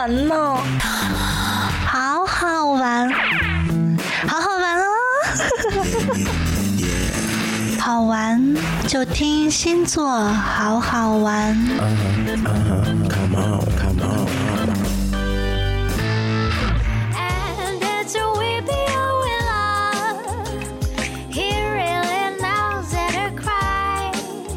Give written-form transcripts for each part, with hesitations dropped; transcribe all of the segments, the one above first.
玩呢，好好玩，好好玩哦！好玩就听星座，好好玩。 Come on, come on. And it's a weepy willow. He really knows that I cry.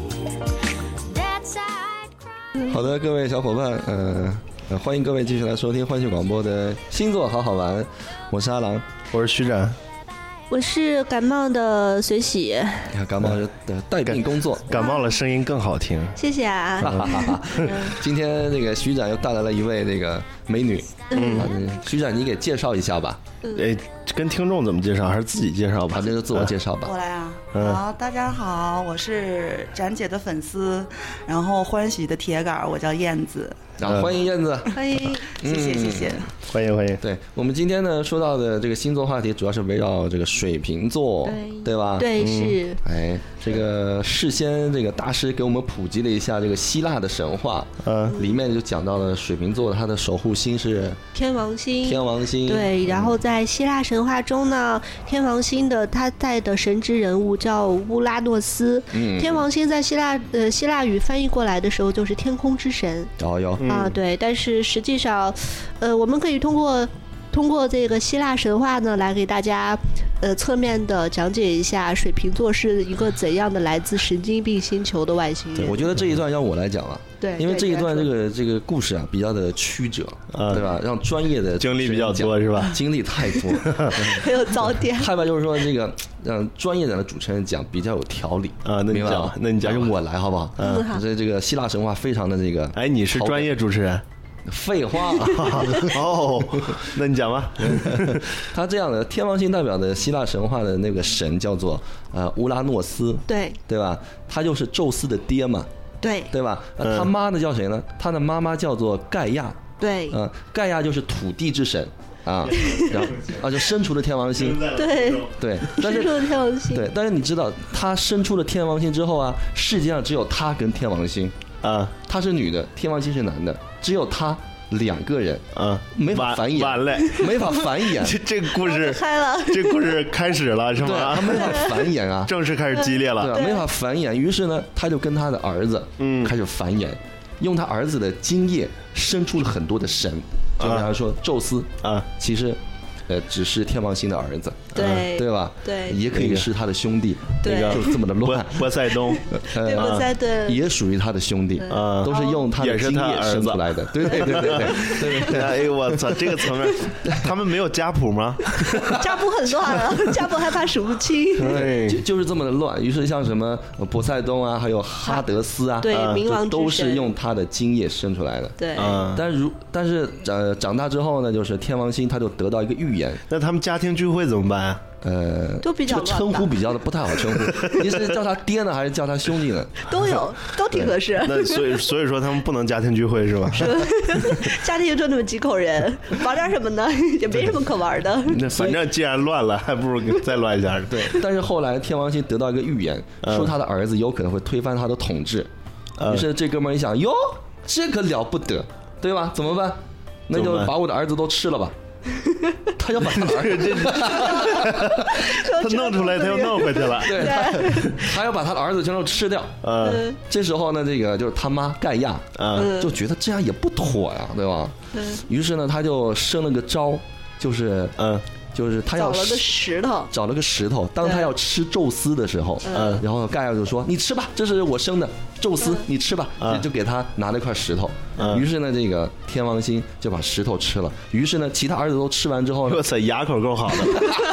That's I cry. 好的，各位小伙伴，欢迎各位继续来收听欢喜广播的星座好好玩，我是阿郎， 我是徐展。 我是感冒的随喜， 你看感冒的带病工作， 感冒了声音更好听。 谢谢啊。 今天这个徐展又带来了一位这个美女，徐展你给介绍一下吧。 跟听众怎么介绍，还是自己介绍吧？ 这就自我介绍吧。 我来啊，好，大家好，我是展姐的粉丝，然后欢喜的铁杆，我叫燕子。 欢迎燕子， 欢迎， 谢谢谢谢， 欢迎欢迎。 对，我们今天呢说到的这个星座话题，主要是围绕这个水瓶座，对吧？ 对，是。 这个事先这个大师给我们普及了一下这个希腊的神话，里面就讲到了水瓶座它的守护星是天王星。 天王星， 对，然后在希腊神话中呢，天王星的他带的神职人物叫乌拉诺斯。天王星在希腊语翻译过来的时候就是天空之神。对，但是实际上，我们可以通过这个希腊神话呢，来给大家侧面的讲解一下水瓶座是一个怎样的来自神经病星球的外星人。 对，我觉得这一段让我来讲了。 对， 因为这一段这个故事啊比较的曲折，对吧？让专业的经历比较多是吧？ 经历太多， 很有槽点。 害怕就是说这个让专业的主持人讲比较有条理啊。那你讲， 还是我来好不好？这个希腊神话非常的这个。 哎，你是专业主持人？ 废话哦，那你讲吧。 他这样的天王星代表的希腊神话的那个神叫做乌拉诺斯，对吧？他就是宙斯的爹嘛，对吧？他妈呢叫谁呢？他的妈妈叫做盖亚，盖亚就是土地之神啊，然后就生出了天王星，对， 生出了天王星， 对，但是你知道他生出了天王星之后啊，世界上只有他跟天王星。她是女的，天王星是男的，只有他2个人，没法繁衍， 完了， 没法繁衍。 这个故事开了， 这故事开始了是吗？ 对，他没法繁衍啊， 正式开始激烈了， 对，没法繁衍。于是呢，他就跟他的儿子，开始繁衍，用他儿子的精液生出了很多的神，就比方说宙斯其实。只是天王星的儿子，对吧？ 对， 也可以是他的兄弟， 那个就这么的乱。 波塞冬， 对，波塞冬也属于他的兄弟，都是用他的精液生出来的。对。 哎呦我操，这个层面，他们没有家谱吗？ 家谱很乱啊，家谱还怕数不清。 对，就是这么的乱。于是像什么波塞冬啊，还有哈德斯啊， 对，冥王之神都是用他的精液生出来的。 对， 但是长大之后呢，就是天王星他就得到一个预言。 那他们家庭聚会怎么办啊？ 都比较这个称呼比较的不太好称呼。你是叫他爹呢，还是叫他兄弟呢？ 都有，都挺合适。 那所以说他们不能家庭聚会是吧？ 家庭就那么几口人，玩点什么呢？也没什么可玩的。 那反正既然乱了，还不如再乱一下。 对，但是后来天王星得到一个预言，说他的儿子有可能会推翻他的统治。于是这哥们儿一想，哟，这可了不得，对吧？怎么办？那就把我的儿子都吃了吧。他要把他儿子他弄出来，他又弄回去了。 对，他要把他的儿子全都吃掉。这时候呢，这个就是他妈盖亚，就觉得这样也不妥呀，对吧？于是呢，他就生了个招，就是他要找了个石头，当他要吃宙斯的时候，然后盖亚就说：“你吃吧，这是我生的宙斯，你吃吧。”就给他拿了一块石头。于是呢，这个天王星就把石头吃了。于是呢，其他儿子都吃完之后呢， 我操，牙口够好的，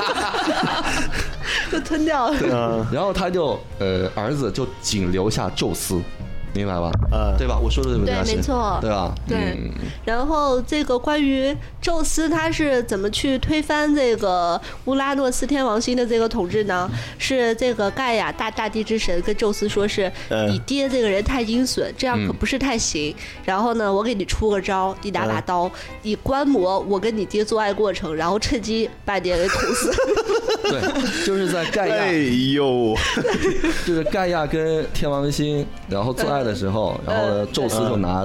就吞掉了。 然后他就儿子就仅留下宙斯。明白吧？对吧？我说的对不对？ 对，没错， 对吧？ 对。然后这个关于宙斯他是怎么去推翻这个乌拉诺斯天王星的这个统治呢？是这个盖亚大地之神跟宙斯说是你爹这个人太阴损，这样可不是太行。然后呢，我给你出个招，你拿把刀，你观摩我跟你爹做爱过程，然后趁机把你爹给捅死。 对，就是在盖亚， 哎呦， 就是盖亚跟天王星，然后做爱的时候，然后宙斯就拿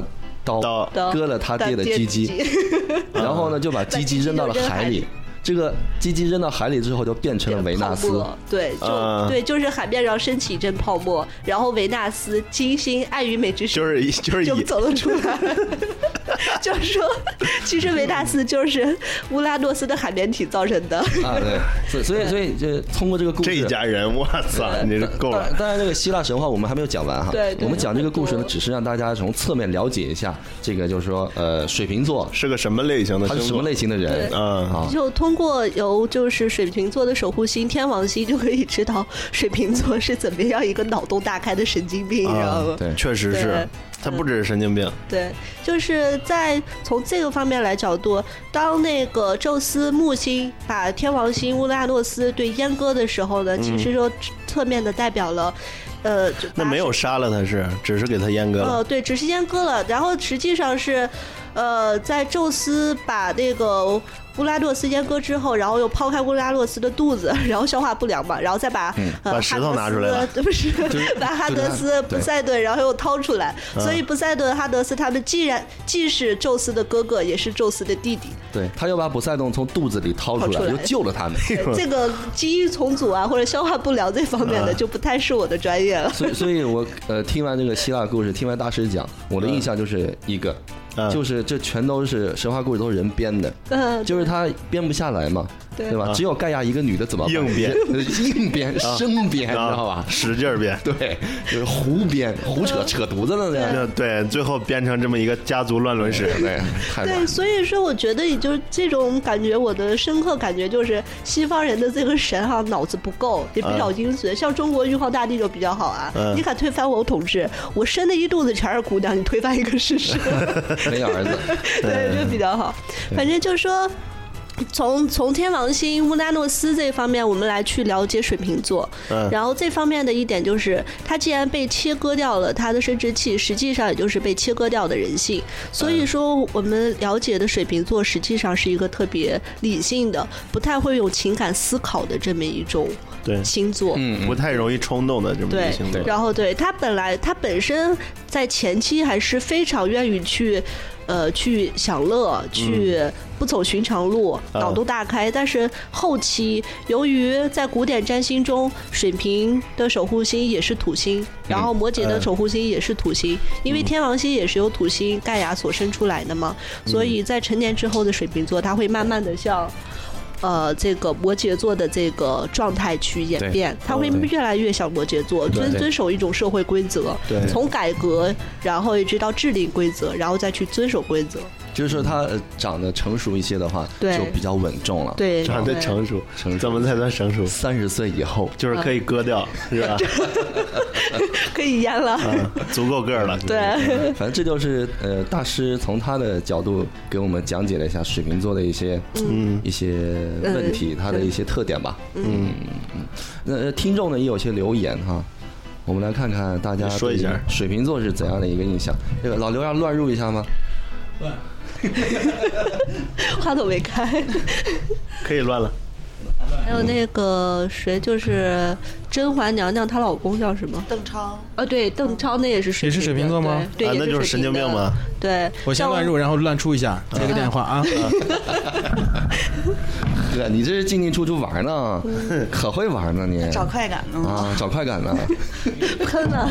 刀割了他爹的鸡鸡，然后呢就把鸡鸡扔到了海里。这个鸡鸡扔到海里之后，就变成了维纳斯。 对，对，就是海面上升起一阵泡沫，然后维纳斯精心爱与美之时，就走了出来。就是说，其实维纳斯就是乌拉诺斯的海绵体造成的啊。对，所以就通过这个故事， 这一家人，我操，你这够了。 当然，这个希腊神话我们还没有讲完哈。 对， 我们讲这个故事呢，只是让大家从侧面了解一下这个，就是说，水瓶座是个什么类型的， 他是什么类型的人啊？就通过就是水瓶座的守护星天王星，就可以知道水瓶座是怎么样一个脑洞大开的神经病，你知道吗？ 对，确实是。他不只是神经病， 对，就是在从这个方面来角度，当那个宙斯木星把天王星乌拉诺斯对阉割的时候呢，其实就侧面的代表了， 那没有杀了他，只是给他阉割了， 对，只是阉割了，然后实际上是，在宙斯把那个乌拉诺斯阉割之后，然后又抛开乌拉诺斯的肚子，然后消化不良嘛，然后再把把石头拿出来了， 不是把哈德斯、波塞顿，然后又掏出来，所以波塞顿、哈德斯他们既是宙斯的哥哥，也是宙斯的弟弟。 对，他又把波塞冬从肚子里掏出来，又救了他们。 这个基因重组啊，或者消化不良这方面的，就不太是我的专业了。 所以我听完这个希腊故事，听完大师讲，我的印象就是一个。就是这全都是神话故事，都是人编的，就是他编不下来嘛，对吧？只有盖亚一个女的怎么办？ 硬编、生编，知道吧？ 使劲编， 对，就是胡编、胡扯犊子了呢。 对，最后编成这么一个家族乱伦史， 对，所以说我觉得也就是这种感觉，我的深刻感觉就是西方人的这个神哈脑子不够，也比较阴损。像中国玉皇大帝就比较好啊，你敢推翻我统治，我生的一肚子全是姑娘，你推翻一个试试。 没有儿子， 对，就比较好。反正就是说，从天王星乌拉诺斯这方面，我们来去了解水瓶座。然后这方面的一点就是，他既然被切割掉了他的生殖器，实际上也就是被切割掉的人性。所以说，我们了解的水瓶座实际上是一个特别理性的，不太会有情感思考的这么一种星座， 不太容易冲动的这么一个星座。 然后他本身在前期还是非常愿意去享乐，去不走寻常路，脑洞大开。但是后期由于在古典占星中，水瓶的守护星也是土星，然后摩羯的守护星也是土星，因为天王星也是由土星盖亚所生出来的嘛，所以在成年之后的水瓶座，它会慢慢的向这个摩羯座的这个状态去演变，他会越来越像摩羯座，遵守一种社会规则，从改革，然后一直到制定规则，然后再去遵守规则。 就是说他长得成熟一些的话，就比较稳重了。 对， 长得成熟，怎么才算成熟 ？30岁以后就是可以割掉，是吧？ 可以阉了， 足够个了。 对， 反正这就是大师从他的角度给我们讲解了一下水瓶座的一些问题，他的一些特点吧。那听众呢也有些留言哈。我们来看看大家说一下水瓶座是怎样的一个印象。这个老刘要乱入一下吗？ 话筒没开， 可以乱了。 还有那个谁，就是甄嬛娘娘她老公叫什么？ 邓超。 对，邓超那也是水瓶座吗？ 对， 那就是神经病吗？ 对， 我先乱入，然后乱出一下，接个电话啊。 哥，你这是进进出出玩呢，可会玩呢你。 找快感呢啊，找快感呢。 喷了。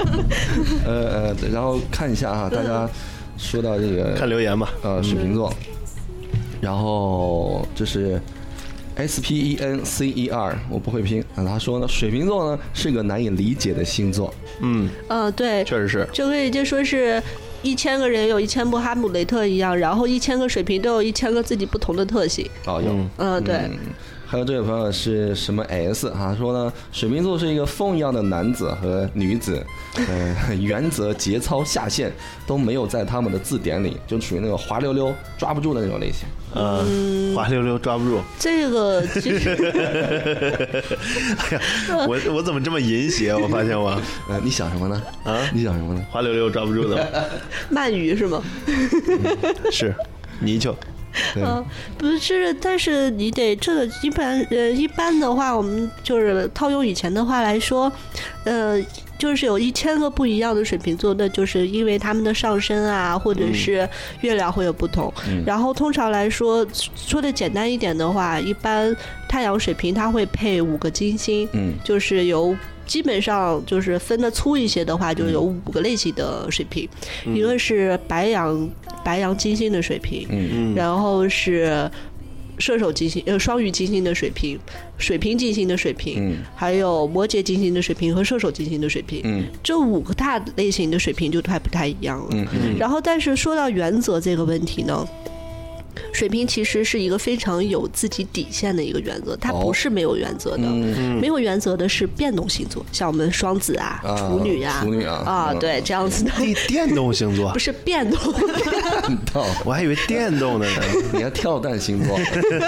然后看一下啊，大家说到这个看留言吧。 水瓶座，然后这是。SPENCER 我不会拼，他说呢，水瓶座呢是个难以理解的星座。 对， 确实是， 就可以就说是1000个人有1000部哈姆雷特一样，然后1000个水瓶都有1000个自己不同的特性。对。 还有这位朋友是什么 S 哈，说呢，水瓶座是一个风一样的男子和女子，原则、节操、下限都没有在他们的字典里，就属于那个滑溜溜抓不住的那种类型。 滑溜溜抓不住。 这个其实， 哎呀，我怎么这么淫邪？我发现我， 你想什么呢？你想什么呢？ 滑溜溜抓不住的。 鳗鱼是吗？ 是，泥鳅。 不是，但是你得这个一般的话，我们就是套用以前的话来说， 就是有1000个不一样的水瓶座，那就是因为他们的上升啊，或者是月亮会有不同。然后通常来说，说的简单一点的话，一般太阳水瓶它会配5个金星，就是有。基本上就是分的粗一些的话，就有5个类型的水瓶，一个是白羊金星的水瓶，然后是射手金星双鱼金星的水瓶，水瓶金星的水瓶，还有摩羯金星的水瓶和射手金星的水瓶，这5个大类型的水瓶就还不太一样了。然后但是说到原则这个问题呢，水瓶其实是一个非常有自己底线的一个原则，它不是没有原则的。没有原则的是变动星座，像我们双子啊、处女啊，对，这样子的。 电动星座不是变动， 我还以为电动的呢。 你还跳蛋星座，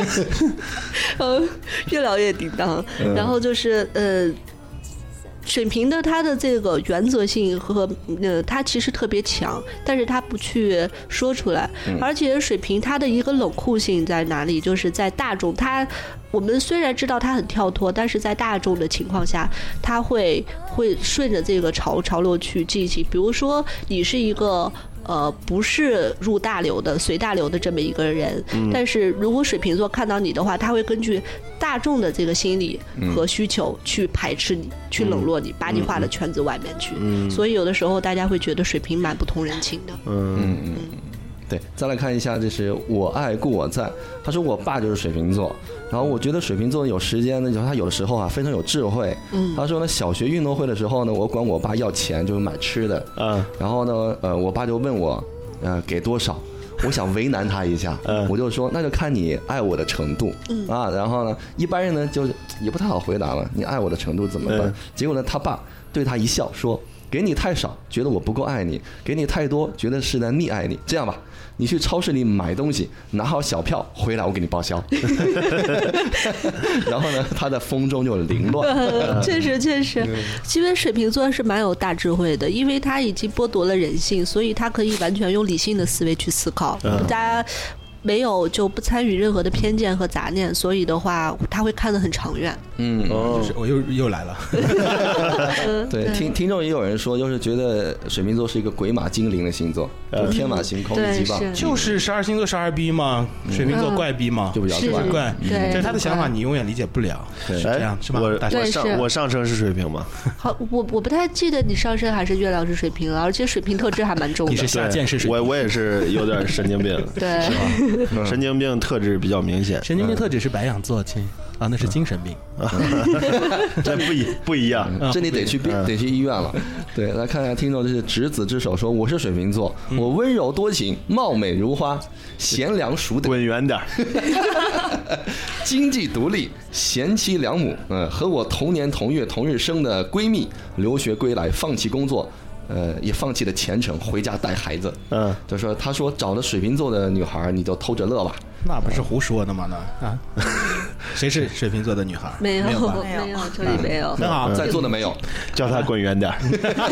越聊越叮当。然后就是水瓶的它的这个原则性和它其实特别强，但是它不去说出来。而且水瓶它的一个冷酷性在哪里？就是在大众，我们虽然知道它很跳脱，但是在大众的情况下，它会顺着这个潮流去进行。比如说，你是一个不是入大流的随大流的这么一个人，但是如果水瓶座看到你的话，他会根据大众的这个心理和需求去排斥你，去冷落你，把你划到圈子外面去。所以有的时候大家会觉得水瓶蛮不通人情的。 对，再来看一下，这是我爱故我在。他说我爸就是水瓶座，然后我觉得水瓶座有时间呢，他有的时候啊非常有智慧。他说呢，小学运动会的时候呢，我管我爸要钱，就是买吃的。然后呢，我爸就问我，给多少？我想为难他一下，我就说那就看你爱我的程度啊。然后呢，一般人呢就也不太好回答了，你爱我的程度怎么办？结果呢，他爸对他一笑说，给你太少，觉得我不够爱你；给你太多，觉得是在溺爱你。这样吧，你去超市里买东西，拿好小票回来，我给你报销。然后呢，他的风中就凌乱。 确实，因为水瓶座是蛮有大智慧的，因为他已经剥夺了人性，所以他可以完全用理性的思维去思考。大家没有就不参与任何的偏见和杂念，所以的话他会看得很长远。 就是我又来了。 对，听众也有人说，就是觉得水瓶座是一个鬼马精灵的星座，就天马行空一级棒。 就是12星座12逼嘛，水瓶座怪逼嘛， 就比较怪。这是他的想法，你永远理解不了。是这样是吧？ 我上升是水瓶吗？ 好，我不太记得你上升还是月亮是水瓶了，而且水瓶特质还蛮重的。 你是下贱是水瓶， 我也是有点神经病。 对， 是吧？神经病特质比较明显。 神经病特质是白羊座，亲啊，那是精神病。 这不一样， 这你得去医院了。对，来看看听众，这是执子之手说，我是水瓶座，我温柔多情，貌美如花，贤良淑德， 滚远点。 经济独立，贤妻良母。和我同年同月同日生的闺蜜，留学归来，放弃工作。也放弃了前程，回家带孩子。就说他说找了水瓶座的女孩，你就偷着乐吧。 那不是胡说的吗？谁是水瓶座的女孩？ 没有，这里没有。 很好， 在座的没有， 叫他滚远点。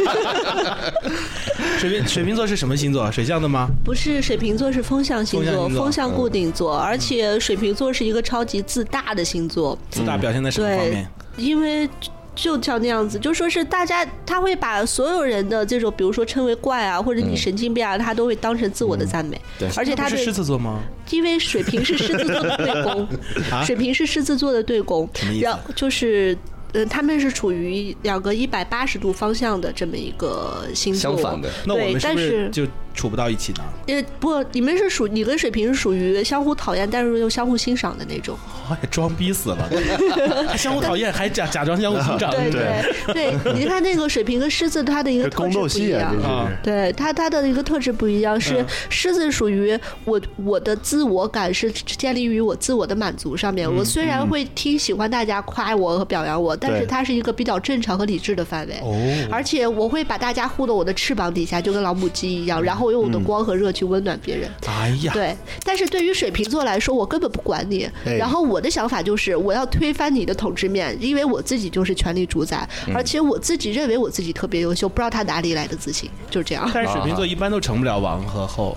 水瓶座是什么星座？水象的吗？ 不是，水瓶座是风象星座，风象固定座，而且水瓶座是一个超级自大的星座。 自大表现在什么方面？ 因为就像那样子，就说是大家他会把所有人的这种，比如说称为怪啊，或者你神经病啊，他都会当成自我的赞美。 对， 而且他是狮子座吗？ 因为水瓶是狮子座的对宫，水瓶是狮子座的对宫，然后就是他们是处于2个180度方向的这么一个星座， 相反的。 那我们是不是就处不到一起呢？ 不，你跟水瓶是属于相互讨厌，但是又相互欣赏的那种。 装逼死了，还相互讨厌，还假装相互欣赏。 对，你看那个水瓶跟狮子，它的一个特质不一样。对，它的一个特质不一样，是狮子属于我的自我感是建立于我自我的满足上面。我虽然会喜欢大家夸我和表扬我，但是它是一个比较正常和理智的范围。而且我会把大家护到我的翅膀底下，就跟老母鸡一样，然后用我的光和热去温暖别人。 哎呀， 对。但是对于水瓶座来说，我根本不管你。然后我的想法就是我要推翻你的统治面，因为我自己就是权力主宰，而且我自己认为我自己特别优秀，不知道他哪里来的自信，就是这样。 但是水瓶座一般都成不了王和后，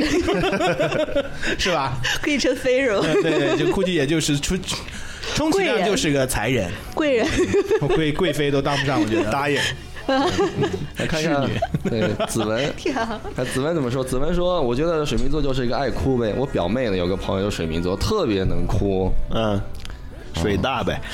是吧？ 可以成飞人。 对，就估计也就是充其量就是个才人、 贵人、 贵妃都当不上，我觉得。 答应。 来看一下，对子文，看子文怎么说？子文说：“我觉得水瓶座就是一个爱哭呗。我表妹呢有个朋友水瓶座，特别能哭。 水大呗。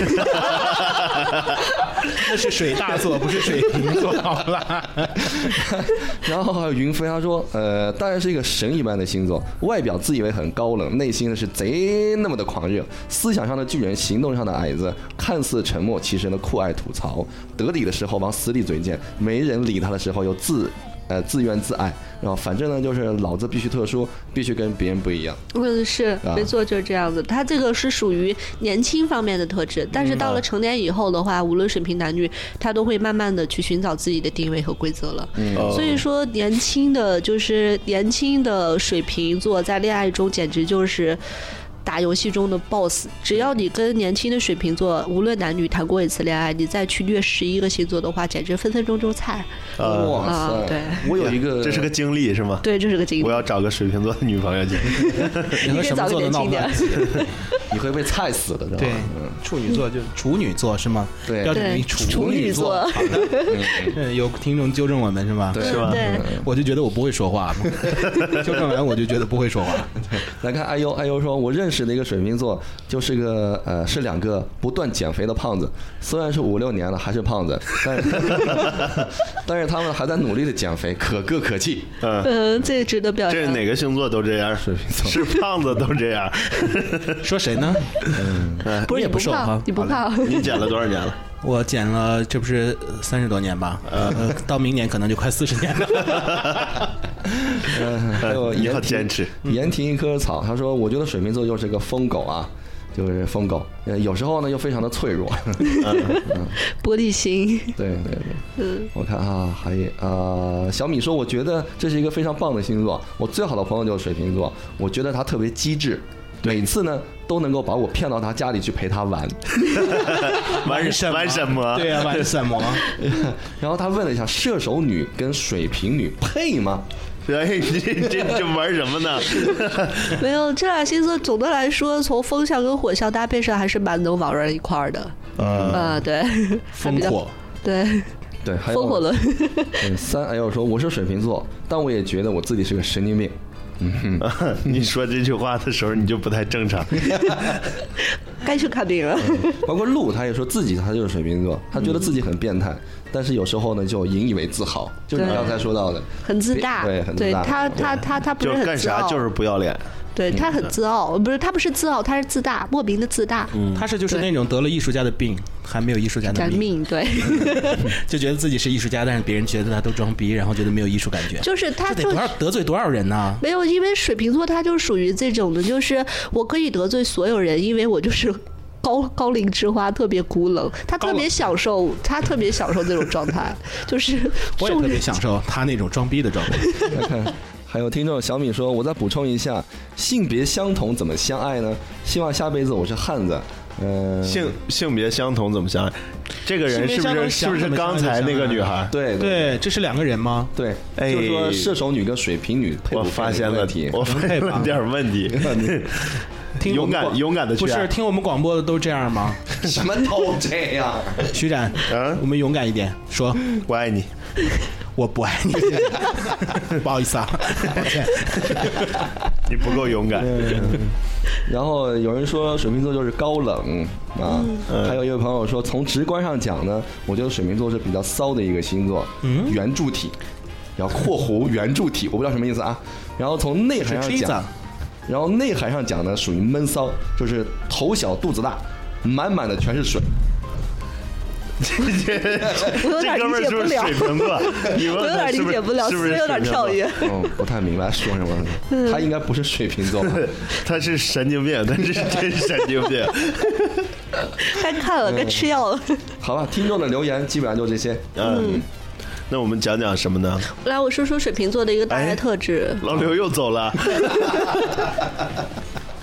那是水大座，不是水瓶座，好了。 然后还有云飞，他说：当然是一个神一般的星座，外表自以为很高冷，内心呢是贼那么的狂热，思想上的巨人，行动上的矮子，看似沉默，其实呢酷爱吐槽，得理的时候往死里嘴贱，没人理他的时候又自怨自艾，然后反正呢就是老子必须特殊，必须跟别人不一样。 是没错，就是这样子。他这个是属于年轻方面的特质，但是到了成年以后的话，无论水瓶男女，他都会慢慢的去寻找自己的定位和规则了。所以说年轻的水瓶座在恋爱中简直就是打游戏中的 BOSS， 只要你跟年轻的水瓶座无论男女谈过一次恋爱，你再去虐11个星座的话，简直分分钟就菜。 哇塞！ 对， 我有一个， 这是个经历是吗？ 对，这是个经历。 我要找个水瓶座的女朋友去。 你和什么座的闹翻？ 你会被菜死的， 对，处女座就处女座是吗？ 对， 标准处女座。好的，有听众纠正我们是吧？ 对， 是吧？ 对， 我就觉得我不会说话，纠正完我就觉得不会说话。 来看哎呦说，我认识的一个水瓶座，就是个是2个不断减肥的胖子，虽然是5、6年了还是胖子，但是他们还在努力的减肥，可歌可泣。 这值得表扬。 这是哪个星座都这样？水瓶座是胖子都这样。 说谁呢？ 不是也不瘦哈， 你不胖。 你减了多少年了？ 我减了，这不是30多年吧？到明年可能就快40年了。 还有你好坚持。 言停一棵草，他说：“我觉得水瓶座就是个疯狗啊，就是疯狗，有时候呢又非常的脆弱， 玻璃心。 对，我看啊，小米说，我觉得这是一个非常棒的星座，我最好的朋友就是水瓶座，我觉得他特别机智。”每次呢都能够把我骗到他家里去陪他玩， 玩什么？ 对啊，玩什么？ 然后他问了一下，射手女跟水瓶女配吗？ 哎，这玩什么呢？ 没有，这俩星座总的来说，从风象跟火象搭配上还是蛮能玩在一块儿的。对， 烽火， 对， 还有烽火轮。 哎呦说我是水瓶座，但我也觉得我自己是个神经病。 你说这句话的时候，你就不太正常。 该去看病了。 包括陆，他也说自己他就是水瓶座，他觉得自己很变态，但是有时候呢就引以为自豪，就是你刚才说到的， 很自大。 对，很自大。 他不是很干啥就是不要脸。 对，他很自傲，不是他不是自傲，他是自大，莫名的自大。 他是就是那种得了艺术家的病，还没有艺术家的命。 对， 就觉得自己是艺术家，但是别人觉得他都装逼，然后觉得没有艺术感觉。 就是他得得罪多少人呢？ 没有，因为水瓶座他就属于这种的，就是我可以得罪所有人，因为我就是高龄之花，特别孤冷，他特别享受这种状态，就是我也特别享受他那种装逼的状态。 还有听众小米说，我再补充一下，性别相同怎么相爱呢？希望下辈子我是汉子。 性别相同怎么相爱？这个人是不是刚才那个女孩？ 对，这是2个人吗？ 对，就是说射手女跟水瓶女配不配？ 我发现了点问题。勇敢的去爱。 不是听我们广播的都这样吗？ 什么都这样？ 徐展，我们勇敢一点，说我爱你。 我不爱你，不好意思啊，抱歉， 你不够勇敢。 然后有人说水瓶座就是高冷啊，还有一位朋友说，从直观上讲呢，我觉得水瓶座是比较骚的一个星座，圆柱体，然后括弧圆柱体，我不知道什么意思啊。然后从内涵上讲呢，属于闷骚，就是头小肚子大，满满的全是水。 这哥们儿是不是水瓶座？ 我有点理解不了，思维有点跳跃。 不太明白说什么。他应该不是水瓶座， 他是神经病，他是真神经病。 该看了，该吃药了。 好吧，听众的留言基本上就这些。 那我们讲讲什么呢？ 来，我说说水瓶座的一个大概特质。 老刘又走了。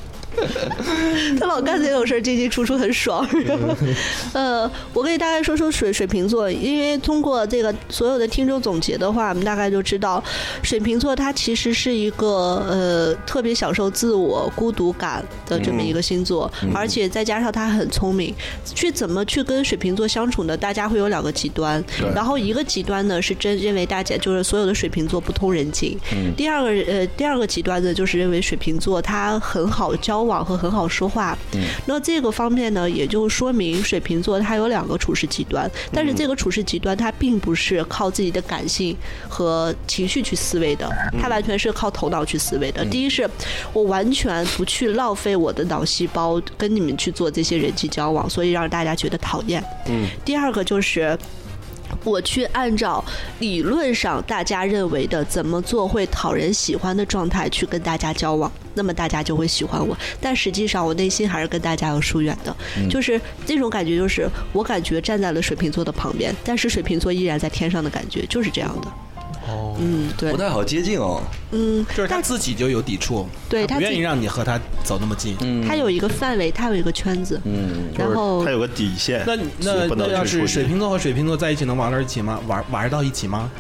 他老干这种事儿，进进出出很爽。我可以大概说说水瓶座，因为通过这个所有的听众总结的话，我们大概就知道，水瓶座它其实是一个特别享受自我孤独感的这么一个星座，而且再加上他很聪明，怎么去跟水瓶座相处呢？大家会有2个极端，然后一个极端呢是真认为大家就是所有的水瓶座不通人情，第二个极端呢就是认为水瓶座他很好交往和很好说话，那这个方面呢也就说明水瓶座他有2个处事极端，但是这个处事极端他并不是靠自己的感性和情绪去思维的，他完全是靠头脑去思维的。第一是我完全不去浪费我的脑细胞跟你们去做这些人际交往，所以让大家觉得讨厌。第二个就是我去按照理论上大家认为的怎么做会讨人喜欢的状态去跟大家交往，那么大家就会喜欢我，但实际上我内心还是跟大家有疏远的，就是这种感觉，就是我感觉站在了水瓶座的旁边，但是水瓶座依然在天上的感觉，就是这样的。对， 不太好接近哦。 就是他自己就有抵触， 对， 他不愿意让你和他走那么近。 他有一个范围，他有一个圈子，然后他有个底线。 那要是水瓶座和水瓶座在一起，能玩到一起吗？玩到一起吗？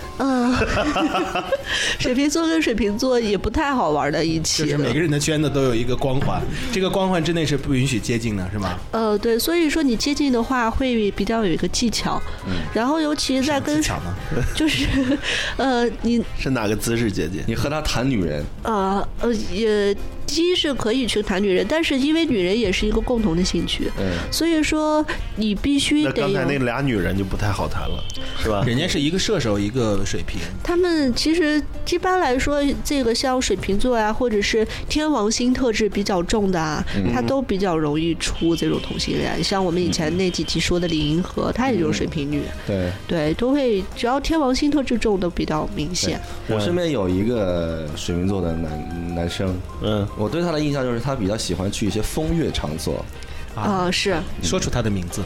水瓶座跟水瓶座也不太好玩在一起， 就是每个人的圈子都有一个光环，这个光环之内是不允许接近的，是吧？ 对，所以说你接近的话会比较有一个技巧，然后尤其在跟技巧呢， 就是你是哪个姿势接近？ 你和他谈女人？ 也。第一是可以去谈女人，但是因为女人也是一个共同的兴趣，所以说你必须得。 那刚才那俩女人就不太好谈了，是吧？ 人家是一个射手，一个水瓶。 他们其实一般来说，这个像水瓶座啊，或者是天王星特质比较重的啊，他都比较容易出这种同性恋。像我们以前那几集说的李银河，她也就是水瓶女，对，都会只要天王星特质重的比较明显。 我身边有一个水瓶座的男生，我对他的印象就是他比较喜欢去一些风月场所。 是说出他的名字。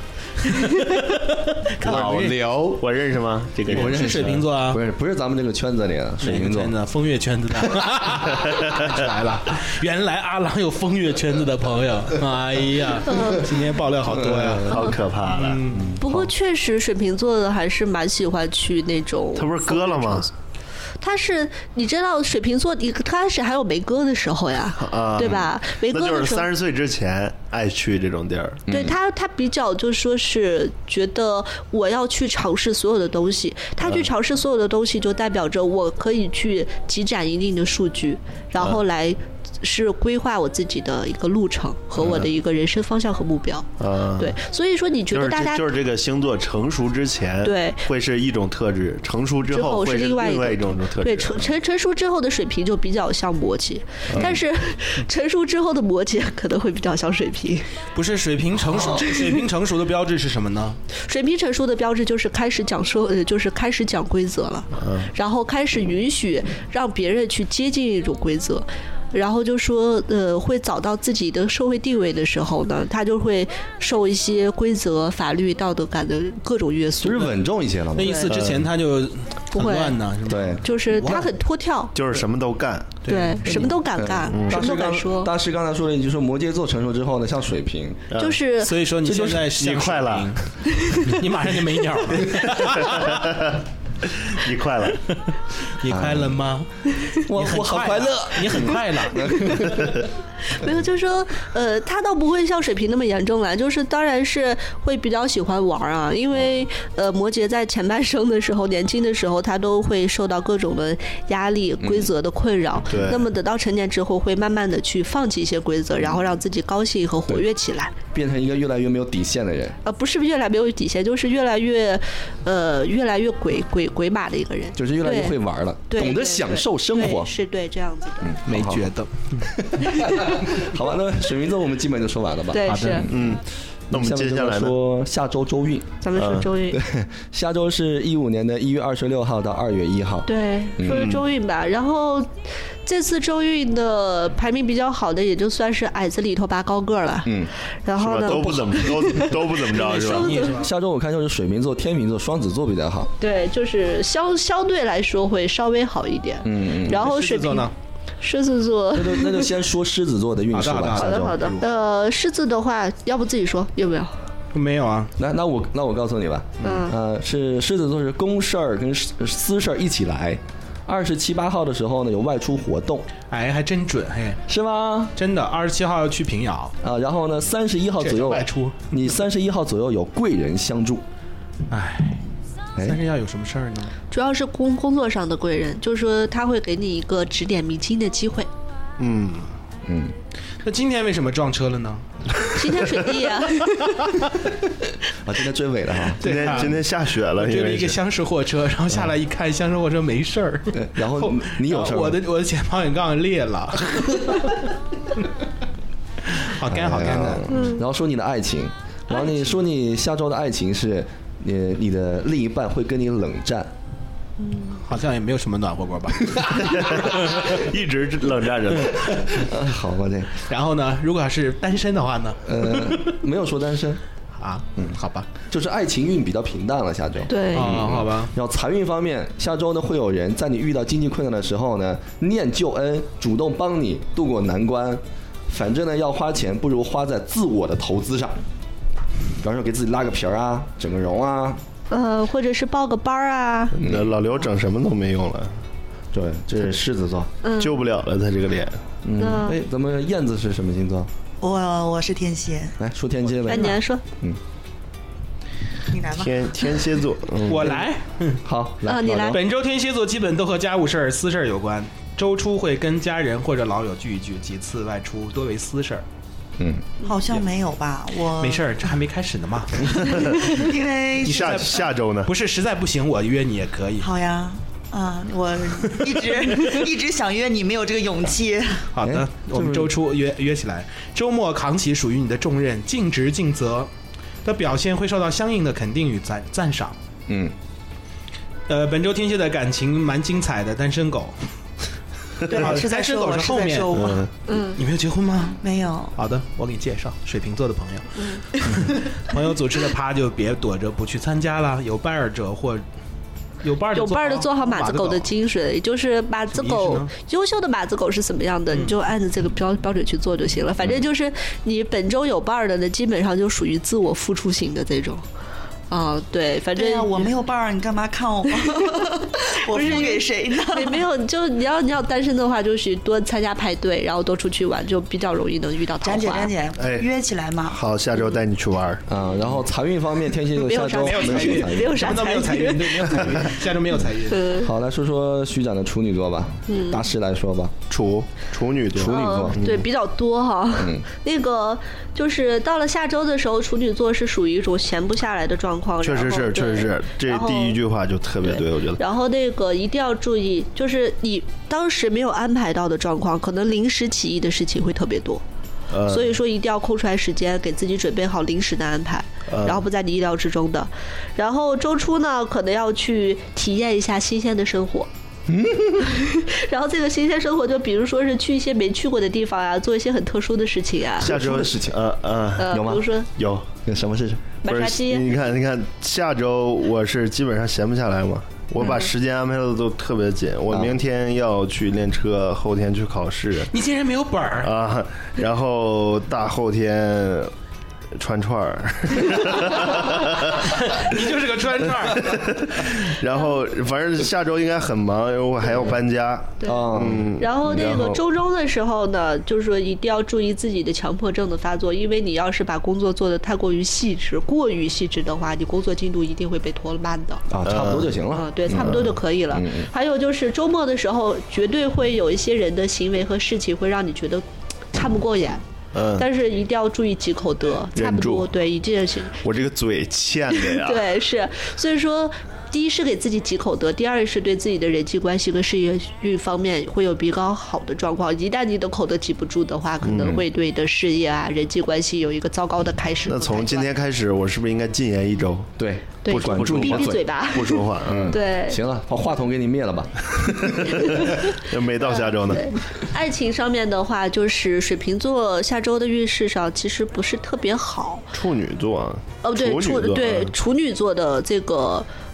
老刘，我认识吗？这个人我认识水瓶座啊， 不是咱们这个圈子里的水瓶座， 圈子风月圈子的。看出来了，原来阿郎有风月圈子的朋友。哎呀，今天爆料好多呀， 好可怕了。 不过确实水瓶座的还是蛮喜欢去那种。 他不是割了吗？ 他是你知道水瓶座，你开始还有没割的时候呀，对吧？没割的时候， 那就是30岁之前爱去这种地儿。 对他比较就说是觉得我要去尝试所有的东西，他去尝试所有的东西，就代表着我可以去积攒一定的数据，然后来。是规划我自己的一个路程和我的一个人生方向和目标。对，所以说你觉得大家就是这个星座成熟之前， 对， 会是一种特质；成熟之后会是另外一种特质。 对，成熟之后的水瓶就比较像摩羯，但是成熟之后的摩羯可能会比较像水瓶。 不是水瓶成熟，水瓶成熟的标志是什么呢？ 水瓶成熟的标志就是开始就是开始讲规则了，然后开始允许让别人去接近一种规则。然后就说，会找到自己的社会地位的时候呢，他就会受一些规则、法律、道德感的各种约束， 就是稳重一些了嘛。 那意思之前他就不会乱呢， 对， 就是他很脱跳， 就是什么都干， 对，什么都敢干，什么都敢说。 大师刚才说了一句，说摩羯座成熟之后呢，像水瓶， 就是所以说你现在你快了， 你马上就没鸟了。 你快了， 你快乐吗？ 我好快乐， 你很快乐。 没有，就是说，他倒不会像水瓶那么严重了，就是当然是会比较喜欢玩啊，因为摩羯在前半生的时候，年轻的时候，他都会受到各种的压力、规则的困扰。 对。 那么等到成年之后，会慢慢的去放弃一些规则，然后让自己高兴和活跃起来， 变成一个越来越没有底线的人。 不是越来没有底线，就是越来越鬼马的一个人， 就是越来越会玩了，懂得享受生活， 是对这样子的。 没觉得。 好吧，那水瓶座我们基本就说完了吧？ 对，是。 那我们接下来说下周周运。 咱们说周运。 对，下周是15年的1月26号到2月1号。 对，说是周运吧。然后这次周运的排名比较好的，也就算是矮子里头拔高个了。然后呢， 都不怎么着，是吧？ 下周我看就是水瓶座、天秤座、双子座比较好。 对，就是相对来说会稍微好一点。然后水瓶座呢？ 狮子座， 那就先说狮子座的运势吧。 好的。狮子的话，要不自己说有没有？ 没有啊。 那我告诉你吧。是狮子座是公事儿跟私事儿一起来。27、8号的时候呢，有外出活动， 哎，还真准嘿， 是吗？ 真的，27号要去平遥啊，然后呢，31号左右外出， 你31号左右有贵人相助。 哎，31号有什么事儿呢？ 主要是工作上的贵人，就是说他会给你一个指点迷津的机会。 那今天为什么撞车了呢？ 今天水逆啊！ 今天追尾了哈。 今天下雪了， 追了一个厢式货车，然后下来一看，厢式货车没事儿。 对，然后你有事儿？ 我的前保险杠裂了。好干的。 然后说你的爱情，然后你说你下周的爱情是，你的另一半会跟你冷战。 好像也没有什么暖和过吧， 一直冷战着。 好吧，这。 然后呢，如果要是单身的话呢？ 没有说单身啊。好吧， 就是爱情运比较平淡了，下周。 对。 好吧。 然后财运方面，下周呢会有人在你遇到经济困难的时候呢，念旧恩，主动帮你度过难关。反正呢，要花钱不如花在自我的投资上，比方说给自己拉个皮儿啊，整个容啊。 或者是报个班啊。 老刘整什么都没用了。 对，这是狮子座， 救不了了他这个脸。 咱们燕子是什么星座？ 我是天蝎。 来说天蝎呗。 你来说。 你来吧。 天蝎座， 我来。 好，来。 你来。 本周天蝎座基本都和家务事儿、私事儿有关。周初会跟家人或者老友聚一聚，几次外出多为私事儿。 好像没有吧？我没事儿，这还没开始呢嘛。 因为下周呢？ 不是，实在不行我约你也可以。 好呀，我一直想约你，没有这个勇气。 好的，我们周初约起来，周末扛起属于你的重任，尽职尽责的表现会受到相应的肯定与赞赏。本周天蝎的感情蛮精彩的，单身狗。 对，是在狗是后面。你没有结婚吗？ 没有。 好的，我给你介绍水瓶座的朋友。朋友组织的趴就别躲着不去参加了，有伴儿者或有伴儿的做好马子狗的精神，也就是马子狗优秀的马子狗是怎么样的，你就按着这个标准去做就行了。反正就是你本周有伴儿的呢，基本上就属于自我付出型的这种。对，反正我没有伴儿，你干嘛看我？我付给谁呢？ 没有，就你要单身的话，就是多参加派对，然后多出去玩，就比较容易能遇到桃花。 展姐，约起来嘛。 好，下周带你去玩。 然后财运方面，天蝎座下周没有财运， 没有啥财运， 对，没有财运，下周没有财运。 好，来说说徐展的处女座吧。大师来说吧， 处女座， 对，比较多哈。那个就是到了下周的时候，处女座是属于一种闲不下来的状况。 确实是，这第一句话就特别对，我觉得。 然后那个一定要注意，就是你当时没有安排到的状况，可能临时起意的事情会特别多。所以说一定要空出来时间，给自己准备好临时的安排，然后不在你意料之中的。然后周初呢，可能要去体验一下新鲜的生活。然后这个新鲜生活，就比如说是去一些没去过的地方啊，做一些很特殊的事情啊。 下周的事情，有吗？ 比如说有什么事情？ 买茶几。 你看，下周我是基本上闲不下来嘛，我把时间安排的都特别紧。我明天要去练车，后天去考试。 你竟然没有本儿啊！然后大后天串串儿， 你就是个串串儿。 然后反正下周应该很忙，因为我还要搬家。 然后那个周中的时候呢，就是说一定要注意自己的强迫症的发作，因为你要是把工作做得太过于细致的话，你工作进度一定会被拖慢的。 差不多就行了。 对，差不多就可以了。还有就是周末的时候，绝对会有一些人的行为和事情会让你觉得看不过眼。但是一定要注意忌口德，差不多对一件事。 我这个嘴欠的呀。 对，是，所以说，第一是给自己忌口德，第二是对自己的人际关系跟事业运方面会有比较好的状况。一旦你的口德记不住的话，可能会对你的事业啊、人际关系有一个糟糕的开始。 那从今天开始，我是不是应该禁言1周？ 对， 不管住闭嘴巴， 不说话。 对。 行了，把话筒给你灭了吧。 没到下周呢。 爱情上面的话，就是水瓶座下周的运势上其实不是特别好。 处女座。 对，处女座的这个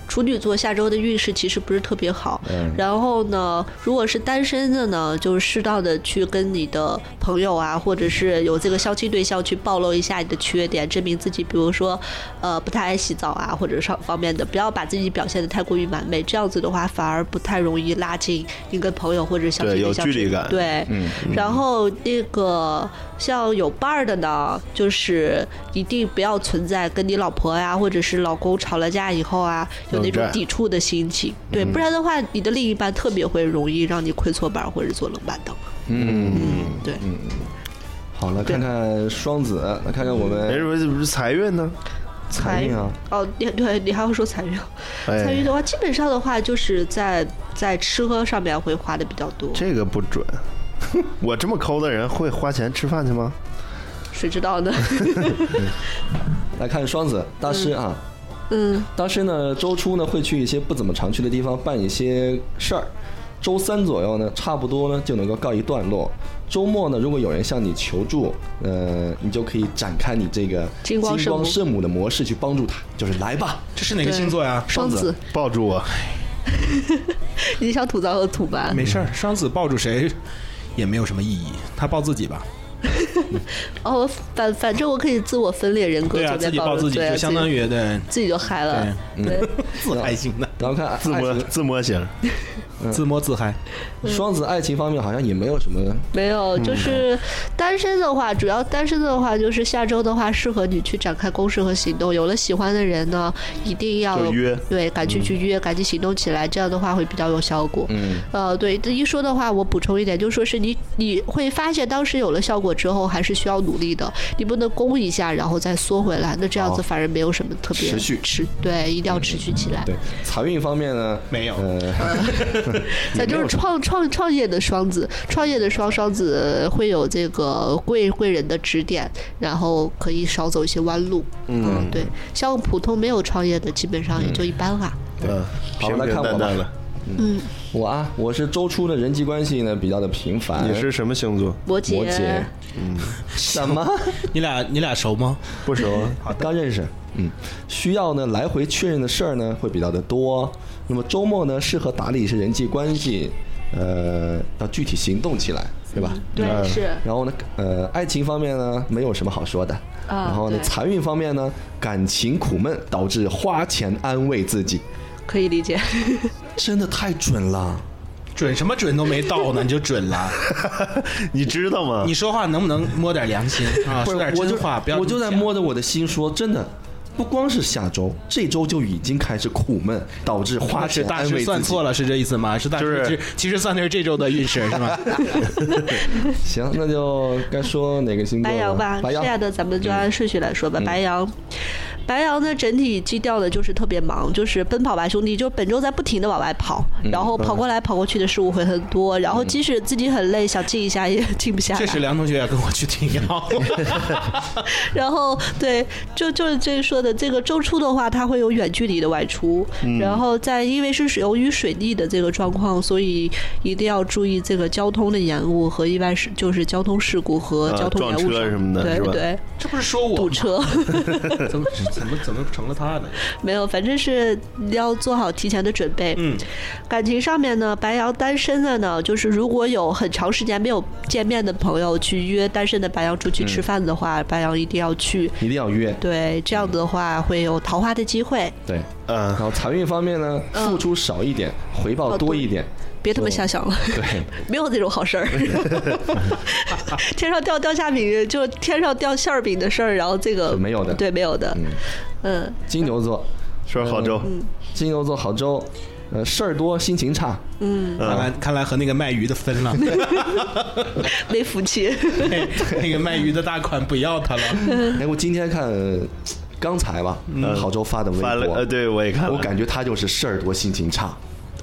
处女座下周的运势其实不是特别好。然后呢，如果是单身的呢，就是适当的去跟你的朋友啊，或者是有这个相亲对象去暴露一下你的缺点，证明自己，比如说不太爱洗澡啊，或者上方面的，不要把自己表现得太过于完美，这样子的话反而不太容易拉近你跟朋友或者相亲对象有距离感。 对，然后那个像有伴儿的呢，就是一定不要存在跟你老婆呀或者是老公吵了架以后啊，有那种抵触的心情。对，不然的话，你的另一半特别会容易让你亏错板或者坐冷板凳。对。 好，来看看双子，来看看我们。 不是财运呢？ 财运啊！ 哦，你还要说财运？财运的话，基本上的话就是在吃喝上面会花的比较多。 这个不准。我这么抠的人会花钱吃饭去吗？ 谁知道呢？ 来看双子大师啊，大师呢周初呢会去一些不怎么常去的地方办一些事儿，周三左右呢差不多呢就能够告一段落。周末呢，如果有人向你求助，你就可以展开你这个金光圣母的模式去帮助他，就是来吧。 这是哪个星座呀？ 双子， 抱住我。 你想吐槽和吐吧？ 没事儿，双子抱住谁也没有什么意义，他抱自己吧。 哦，反正我可以自我分裂人格， 对啊，自己抱自己就相当于对自己就嗨了，对， 自嗨型的。 然后看自摸型， 自摸自嗨。 双子爱情方面好像也没有什么， 没有，就是单身的话，主要单身的话，就是下周的话，适合你去展开攻势和行动。有了喜欢的人呢，一定要约， 对，赶紧去约，赶紧行动起来，这样的话会比较有效果。对，这一说的话，我补充一点，就说是你会发现当时有了效果之后，还是需要努力的，你不能攻一下然后再缩回来，那这样子反而没有什么特别持续， 对，一定要持续起来。 对，财运方面呢， 没有， 咱就是创业的双子，创业的双子会有这个贵人的指点，然后可以少走一些弯路。对，像普通没有创业的，基本上也就一般啦。 好，来看我吧。我是周初的人际关系呢比较的频繁。 你是什么星座？ 摩羯。 什么？ 你俩熟吗？ 不熟， 刚认识。需要呢来回确认的事儿呢会比较的多。那么周末呢适合打理一些人际关系，要具体行动起来，对吧？ 对，是。 然后呢，爱情方面呢没有什么好说的。然后呢，财运方面呢，感情苦闷导致花钱安慰自己。 可以理解。 真的太准了。 准什么准都没到呢，你就准了。 你知道吗？ 你说话能不能摸点良心啊？说点真话，不要。 我就在摸着我的心说，真的。不光是下周，这周就已经开始苦闷，导致花钱安慰自己。 大师算错了，是这意思吗？是大师其实算的是这周的运势，是吗？ 行，那就该说哪个星座？ 白羊吧。剩下的咱们就按顺序来说吧。白羊呢，整体基调的就是特别忙，就是奔跑吧兄弟，就本周在不停的往外跑，然后跑过来跑过去的事物会很多，然后即使自己很累，想静一下也静不下来。 这是梁同学要跟我去听药。 然后对，就是这说的这个周初的话，它会有远距离的外出，然后因为是由于水逆的这个状况，所以一定要注意这个交通的延误和意外就是交通事故和交通延误什么的， 对对， 这不是说我堵车。 怎么成了他呢？ 没有，反正是要做好提前的准备。感情上面呢，白羊单身的呢，就是如果有很长时间没有见面的朋友去约单身的白羊出去吃饭的话，白羊一定要去， 一定要约。 对，这样的话会有桃花的机会。 对，然后财运方面呢，付出少一点，回报多一点。 别他妈瞎想了， 对， 没有这种好事儿。天上掉虾饼，就天上掉馅儿饼的事儿，然后这个没有的， 对，没有的。 金牛座说好周， 金牛座好周，事儿多，心情差。 看来和那个卖鱼的分了， 没福气。 那个卖鱼的大款不要他了。 我今天看。刚才吧，郝周发的微博， 对我也看了， 我感觉他就是事儿多心情差。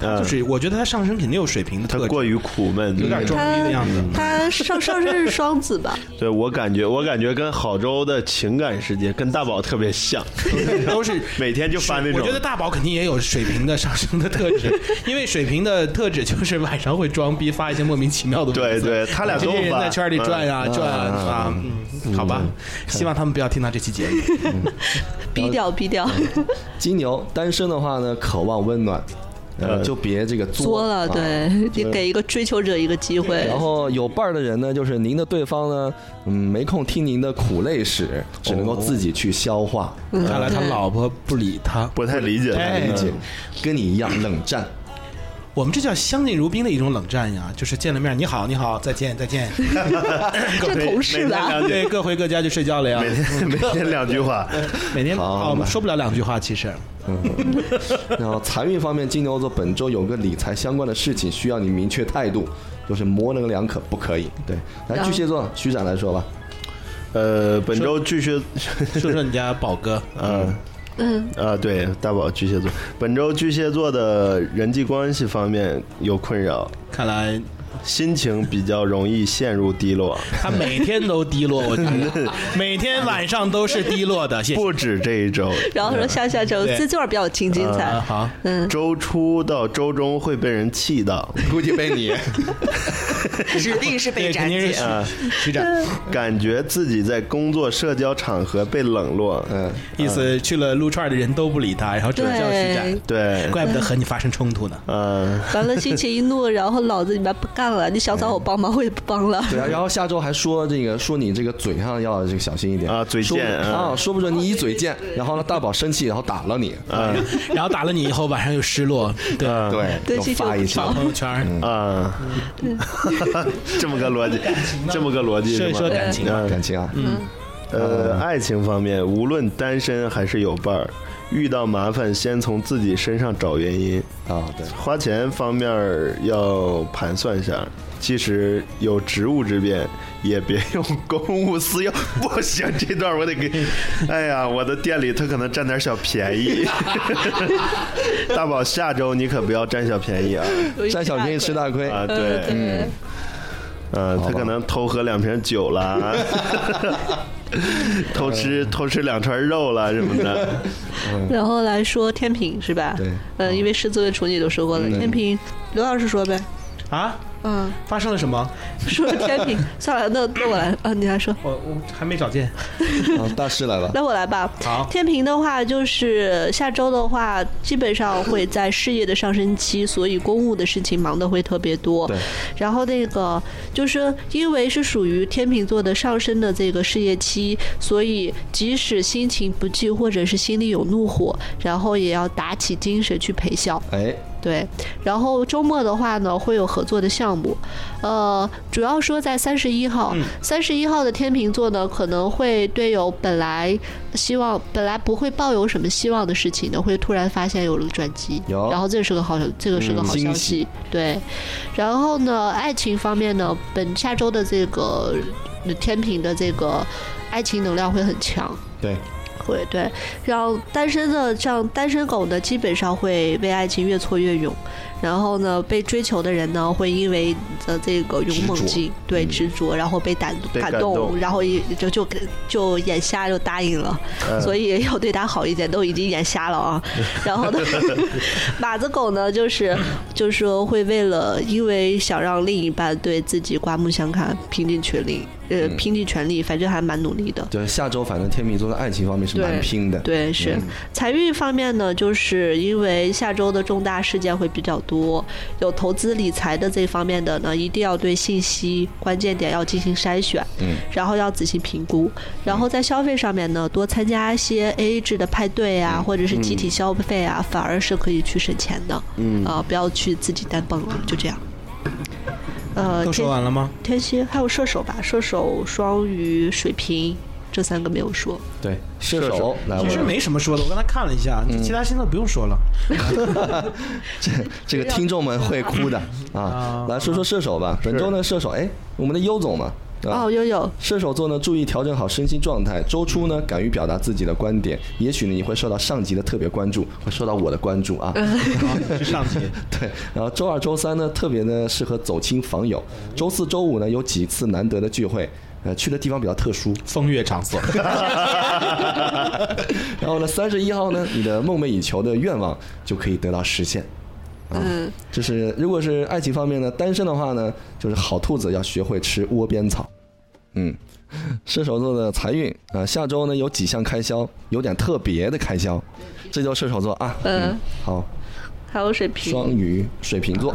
就是我觉得他上升肯定有水瓶的特质， 他过于苦闷， 有点装逼的样子。 他上升是双子吧？ 对，我感觉跟郝周的情感世界跟大宝特别像， 都是每天就发那种。 我觉得大宝肯定也有水瓶的上升的特质，因为水瓶的特质就是晚上会装逼，发一些莫名其妙的。 对，他俩都这些人在圈里转啊转啊，好吧，希望他们不要听到这期节目。 逼掉。 金牛单身的话呢，渴望温暖。就别这个作了，对，你给一个追求者一个机会。 然后有伴儿的人呢，就是您的对方呢，没空听您的苦累史，只能够自己去消化。 看来他老婆不理他， 不太理解， 跟你一样冷战。 我们这叫相敬如宾的一种冷战呀，就是见了面，你好，再见。 这同事吧？ 对，各回各家就睡觉了呀。 每天2句话， 每天说不了2句话，其实。 然后财运方面，金牛座本周有个理财相关的事情需要你明确态度，就是模棱两可，不可以。对，来巨蟹座徐展来说吧。 本周巨蟹， 说你家宝哥， 对，大宝巨蟹座，本周巨蟹座的人际关系方面有困扰， 看来心情比较容易陷入低落。 他每天都低落，我觉得每天晚上都是低落的。谢谢。 不止这一周。 然后说下周这段比较精彩。 好， 周初到周中会被人气到， 估计被你。 指定是被展姐。 徐展， 感觉自己在工作社交场合被冷落。 意思去了撸串的人都不理他，然后只叫徐展。 对， 怪不得和你发生冲突呢。 完了心情一怒，然后老子你妈不干了，你想找我帮忙我也不帮了。 对啊，然后下周还说你这个嘴上要这个小心一点啊，嘴贱啊，说不准你一嘴贱，然后呢大宝生气，然后打了你， 然后打了你以后晚上又失落，对， 又发一条朋友圈啊， 这么个逻辑， 说感情啊， 爱情方面，无论单身还是有伴儿，遇到麻烦先从自己身上找原因啊。对， 花钱方面要盘算一下，即使有职务之便，也别用公务私用。不行，这段我得给。哎呀，我的店里他可能占点小便宜。大宝，下周你可不要占小便宜啊！ 占小便宜吃大亏啊！对，他可能偷喝2瓶酒啦。偷吃2串肉了什么的。 然后来说天平是吧？ 对， 因为狮子跟处女都说过了，天平刘老师说呗。 啊？发生了什么？ 说天平，算了，那我来啊，你来说。 我还没找见。 大师来了。 那我来吧。 好。 天平的话，就是下周的话，基本上会在事业的上升期，所以公务的事情忙得会特别多。 对。 然后那个就是因为是属于天秤座的上升的这个事业期，所以即使心情不济或者是心里有怒火，然后也要打起精神去陪笑。 哎。 对，然后周末的话呢，会有合作的项目，主要说在31号，31号的天秤座呢，可能会对有本来不会抱有什么希望的事情呢，会突然发现有了转机，然后这个是个好消息，对。然后呢，爱情方面呢，下周的这个天秤的这个爱情能量会很强， 对。 会对，让单身狗呢，基本上会为爱情越挫越勇，然后呢，被追求的人呢，会因为这个勇猛劲，对执着，然后被感动，然后就眼瞎就答应了，所以要对他好一点，都已经眼瞎了啊。然后呢，马子狗呢，就是说会因为想让另一半对自己刮目相看，拼尽全力，反正还蛮努力的。 对，下周反正天秤座的爱情方面是蛮拼的。 对，是财运方面呢，就是因为下周的重大事件会比较多，有投资理财的这方面的呢，一定要对信息关键点要进行筛选，然后要仔细评估。然后在消费上面呢，多参加一些 AA 制的派对啊，或者是集体消费啊，反而是可以去省钱的。不要去自己单蹦了，就这样。 都说完了吗？ 天蝎还有射手吧，射手、双鱼、水瓶这3个没有说。 对，射手其实没什么说的，我刚才看了一下，其他星座不用说了。 这个听众们会哭的啊！来说说射手吧，本周呢射手，我们的优总嘛， 哦，有。 射手座呢，注意调整好身心状态。周初呢，敢于表达自己的观点，也许呢你会受到上级的特别关注，会受到我的关注啊。 是上级。 对，然后周2、周3呢，特别呢适合走亲访友。周4、周5呢，有几次难得的聚会。去的地方比较特殊， 风月场所。 然后呢，31号呢，你的梦寐以求的愿望就可以得到实现。就是如果是爱情方面呢，单身的话呢，就是好兔子要学会吃窝边草。射手座的财运下周呢有几项开销，有点特别的开销，这就是射手座啊。好， 还有水瓶、 双鱼、水瓶座。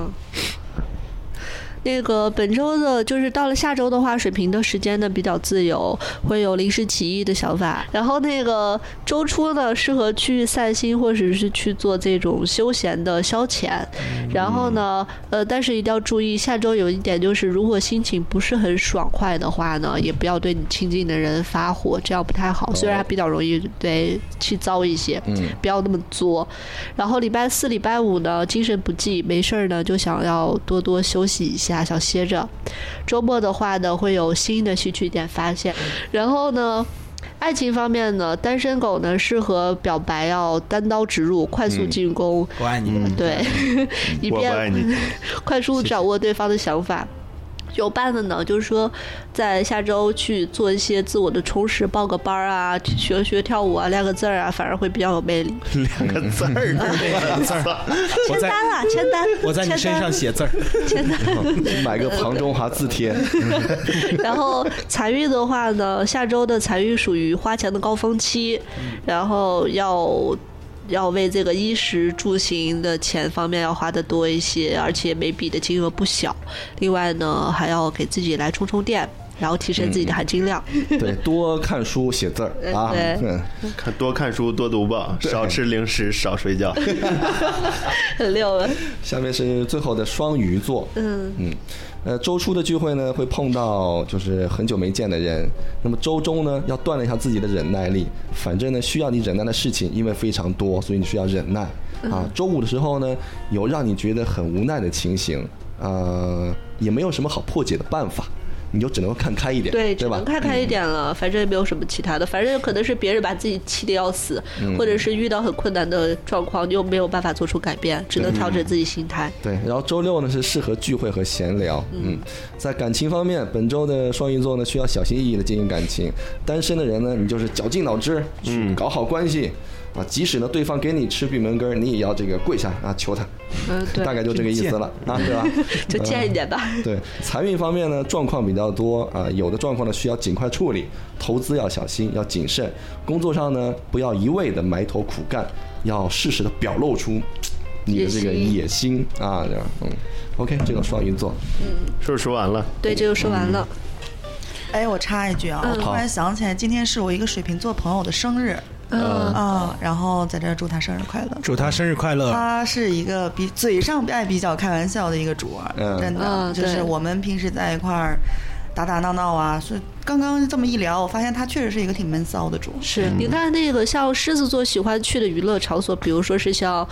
那个本周的，就是到了下周的话，水瓶的时间呢比较自由，会有临时起意的想法。然后那个周初呢，适合去散心，或者是去做这种休闲的消遣。然后呢，但是一定要注意，下周有一点就是，如果心情不是很爽快的话呢，也不要对你亲近的人发火，这样不太好。虽然比较容易对气糟一些，不要那么作。然后礼拜4、礼拜5呢，精神不济，没事儿呢就想要多多休息一下。想歇着，周末的话呢会有新的戏剧点发现。然后呢，爱情方面呢，单身狗呢适合表白要单刀直入，快速进攻。 我爱你。 对，以便快速掌握对方的想法。有伴的呢，就是说在下周去做一些自我的充实，报个班啊，学跳舞啊，练个字啊，反而会比较有魅力。 练个字儿， 签单啊，签单。 我在你身上写字儿， 签单。 买个庞中华字帖。 然后财运的话呢，下周的财运属于花钱的高峰期，然后要为这个衣食住行的钱方面要花得多一些，而且每笔的金额不小。另外呢，还要给自己来充电，然后提升自己的含金量。 对，多看书写字儿啊。 对， 多看书多读报，少吃零食少睡觉。 很溜了。 下面是最后的双鱼座。周初的聚会呢，会碰到就是很久没见的人。那么周中呢，要锻炼一下自己的忍耐力。反正呢，需要你忍耐的事情因为非常多，所以你需要忍耐啊。周5的时候呢，有让你觉得很无奈的情形，也没有什么好破解的办法。你就只能看开一点， 对， 对吧？ 只能看开一点了。反正也没有什么其他的，反正可能是别人把自己气得要死，或者是遇到很困难的状况，又没有办法做出改变，只能调整自己心态。 对，然后周6呢是适合聚会和闲聊。在感情方面，本周的双鱼座呢需要小心翼翼的经营感情。单身的人呢，你就是绞尽脑汁去搞好关系。即使呢对方给你吃闭门羹，你也要这个跪下求他。 对， 大概就这个意思了对吧？ 就贱一点吧。 对，财运方面呢，状况比较多有的状况呢需要尽快处理，投资要小心，要谨慎。工作上呢，不要一味的埋头苦干，要适时的表露出你的这个野心啊，这样OK， 这个双鱼座， 是不是说完了？ 对，这就说完了。 哎，我插一句啊，我突然想起来，今天是我一个水瓶座朋友的生日。然后在这儿祝他生日快乐， 祝他生日快乐。 他是一个嘴上爱比较开玩笑的一个主儿，真的，就是我们平时在一块儿打打闹闹啊，所以刚刚这么一聊，我发现他确实是一个挺闷骚的主。 是，你看那个像狮子座喜欢去的娱乐场所，比如说是像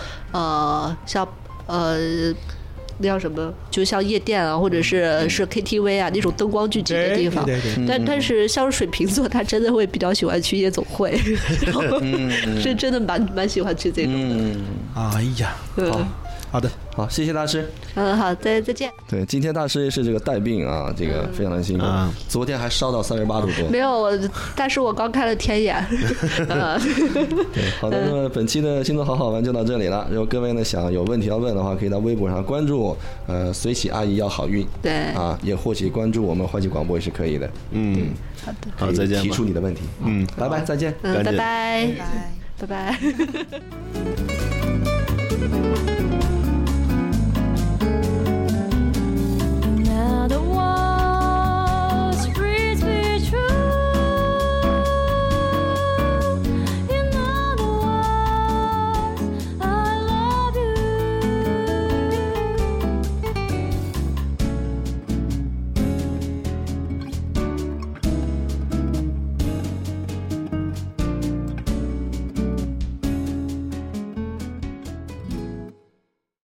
那叫什么，就像夜店啊，或者是 KTV 啊那种灯光聚集的地方。但是像水瓶座，他真的会比较喜欢去夜总会，然后是真的蛮喜欢去这种的。 哎呀，好的， 好，谢谢大师。 好，再见。 对，今天大师是这个带病啊，这个非常的辛苦。昨天还烧到38度多。 没有，但是我刚开了天眼。 对，好的，那么本期的星座好好玩就到这里了。如果各位呢想有问题要问的话，可以到微博上关注随喜阿姨要好运。 对也或许关注我们欢喜广播也是可以的。 好的， 好，再见。提出你的问题。拜拜，再见。 拜拜，拜拜。 Another one